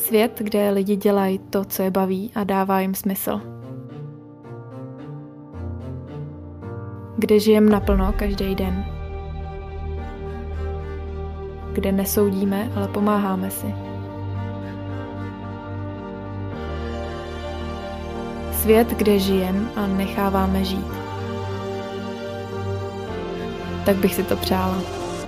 Svět, kde lidi dělají to, co je baví a dává jim smysl. Kde žijem naplno každý den. Kde nesoudíme, ale pomáháme si. Svět, kde žijem a necháváme žít. Tak bych si to přála.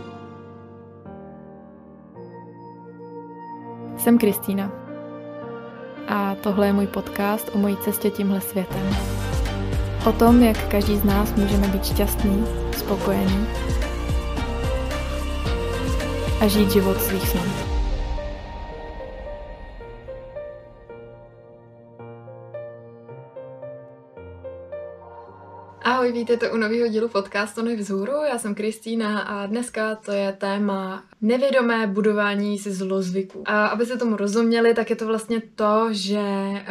Jsem Kristýna a tohle je můj podcast o mojí cestě tímhle světem. O tom, jak každý z nás můžeme být šťastný, spokojený a žít život svých snů. Ahoj, vítejte u nového dílu podcastu Nevzhůru, já jsem Kristýna a dneska to je téma nevědomé budování si zlozvyků. A aby se tomu rozuměli, tak je to vlastně to, že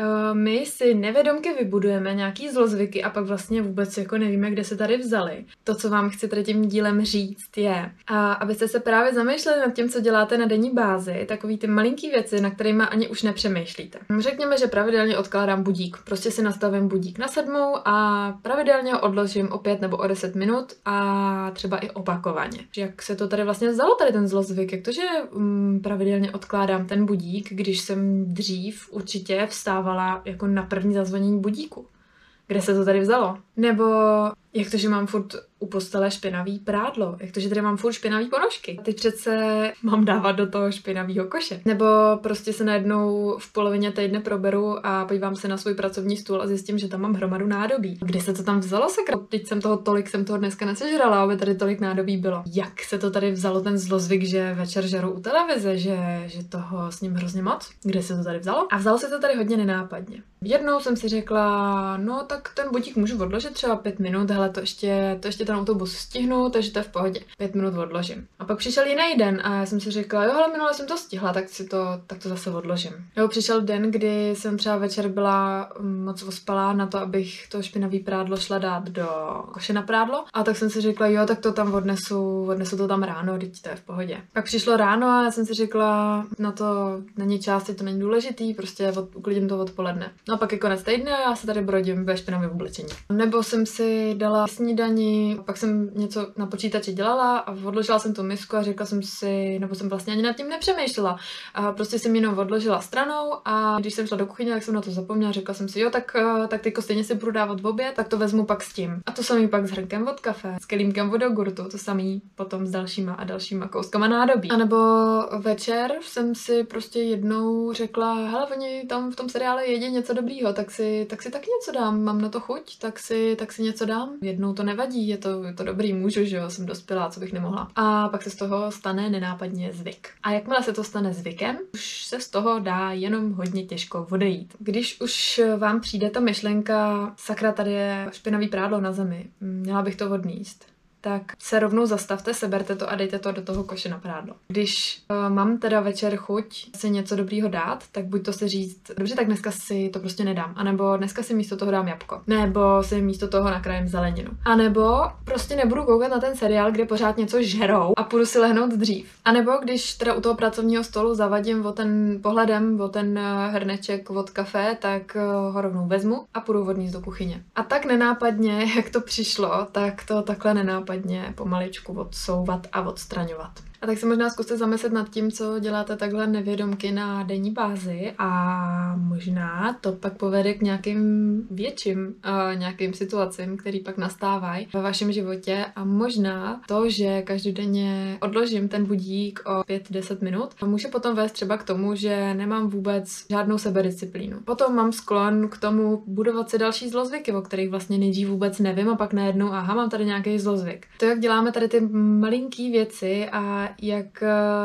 my si nevědomky vybudujeme nějaký zlozvyky a pak vlastně vůbec jako nevíme, kde se tady vzali. To, co vám chci tady tím dílem říct, je, abyste se právě zamýšleli nad tím, co děláte na denní bázi, takový ty malinký věci, na kterými ani už nepřemýšlíte. Řekněme, že pravidelně odkládám budík. Prostě si nastavím budík na 7 a pravidelně ho odložím o 5 nebo o 10 minut a třeba i opakovaně. Jak se to tady vlastně vzalo, tady ten zlozvyk, jak to, že pravidelně odkládám ten budík, když jsem dřív určitě vstávala jako na první zazvonění budíku. Kde se to tady vzalo? Nebo jak to, že mám furt u postele špinavý prádlo? Jak to, že tady mám furt špinavý ponožky? Teď přece mám dávat do toho špinavýho koše. Nebo prostě se najednou v polovině týdne proberu a podívám se na svůj pracovní stůl a zjistím, že tam mám hromadu nádobí. Kde se to tam vzalo, sakra? Teď jsem toho dneska nesežrala, aby tady tolik nádobí bylo. Jak se to tady vzalo, ten zlozvyk, že večer žeru u televize, že toho s ním hrozně moc? Kde se to tady vzalo? A vzalo se to tady hodně nenápadně. Jednou jsem si řekla, no tak ten budík můžu odložit třeba 5 minut, hele, to ještě ten autobus stihnu, takže to je v pohodě. 5 minut odložím. A pak přišel jiný den a já jsem si řekla, jo, ale minule jsem to stihla, tak to zase odložím. Jo, přišel den, kdy jsem třeba večer byla moc ospalá na to, abych to špinavý prádlo šla dát do koše na prádlo. A tak jsem si řekla, jo, tak to tam odnesu to tam ráno, teď to je v pohodě. Pak přišlo ráno a já jsem si řekla, no to není čas, to není důležitý, prostě uklidím to odpoledne. No a pak je konec týdne a já se tady brodím ve špinavém oblečení. Nebo jsem si dala snídani, pak jsem něco na počítači dělala a odložila jsem tu misku a řekla jsem si, nebo jsem vlastně ani nad tím nepřemýšlela. A prostě jsem jenom odložila stranou a když jsem šla do kuchyně, tak jsem na to zapomněla, řekla jsem si, jo, tak teďko stejně si budu dávat v oběd, tak to vezmu pak s tím. A to samý pak s hrnkem od kafe, s kelímkem od jogurtu, to samý potom s dalšíma a dalšíma kouskama nádobí. A nebo večer jsem si prostě jednou řekla, hele, oni tam v tom seriálu jedí něco dobrýho, tak si taky něco dám, mám na to chuť, tak si něco dám. Jednou to nevadí, je to dobrý, můžu, že jo, jsem dospělá, co bych nemohla. A pak se z toho stane nenápadně zvyk. A jakmile se to stane zvykem, už se z toho dá jenom hodně těžko odejít. Když už vám přijde ta myšlenka, sakra, tady je špinavý prádlo na zemi, měla bych to odníst, tak se rovnou zastavte, seberte to a dejte to do toho koše na prádlo. Když mám teda večer chuť si něco dobrýho dát, tak buď to si říct, dobře, tak dneska si to prostě nedám, anebo dneska si místo toho dám jabko, nebo si místo toho nakrájím zeleninu, anebo prostě nebudu koukat na ten seriál, kde pořád něco žerou a půjdu si lehnout dřív. A nebo když teda u toho pracovního stolu zavadím pohledem o ten hrneček od kafe, tak ho rovnou vezmu a půjdu odníst do kuchyně. A tak nenápadně, jak to přišlo, tak to takhle nenápadně pomaličku odsouvat a odstraňovat. A tak se možná zkuste zamyslet nad tím, co děláte takhle nevědomky na denní bázi a možná to pak povede k nějakým větším nějakým situacím, které pak nastávají ve vašem životě a možná to, že každodenně odložím ten budík o 5-10 minut, může potom vést třeba k tomu, že nemám vůbec žádnou sebedisciplínu. Potom mám sklon k tomu budovat si další zlozvyky, o kterých vlastně nejdřív vůbec nevím a pak najednou, aha, mám tady nějaký zlozvyk. To, jak děláme tady ty malinký věci a jak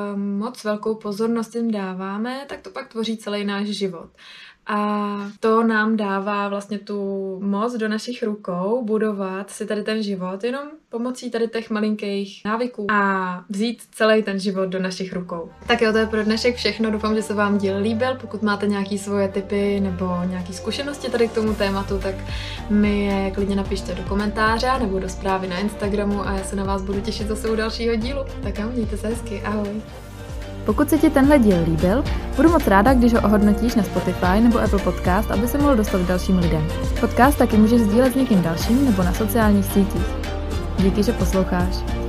moc velkou pozornost jim dáváme, tak to pak tvoří celý náš život. A to nám dává vlastně tu moc do našich rukou budovat si tady ten život jenom pomocí tady těch malinkých návyků a vzít celý ten život do našich rukou. Tak jo, to je pro dnešek všechno. Doufám, že se vám díl líbil. Pokud máte nějaké svoje tipy nebo nějaké zkušenosti tady k tomu tématu, tak mi je klidně napište do komentáře nebo do zprávy na Instagramu a já se na vás budu těšit zase u dalšího dílu. Tak jo, mějte se hezky. Ahoj. Pokud se ti tenhle díl líbil, budu moc ráda, když ho ohodnotíš na Spotify nebo Apple Podcast, aby se mohl dostat k dalším lidem. Podcast taky můžeš sdílet s někým dalším nebo na sociálních sítích. Díky, že posloucháš.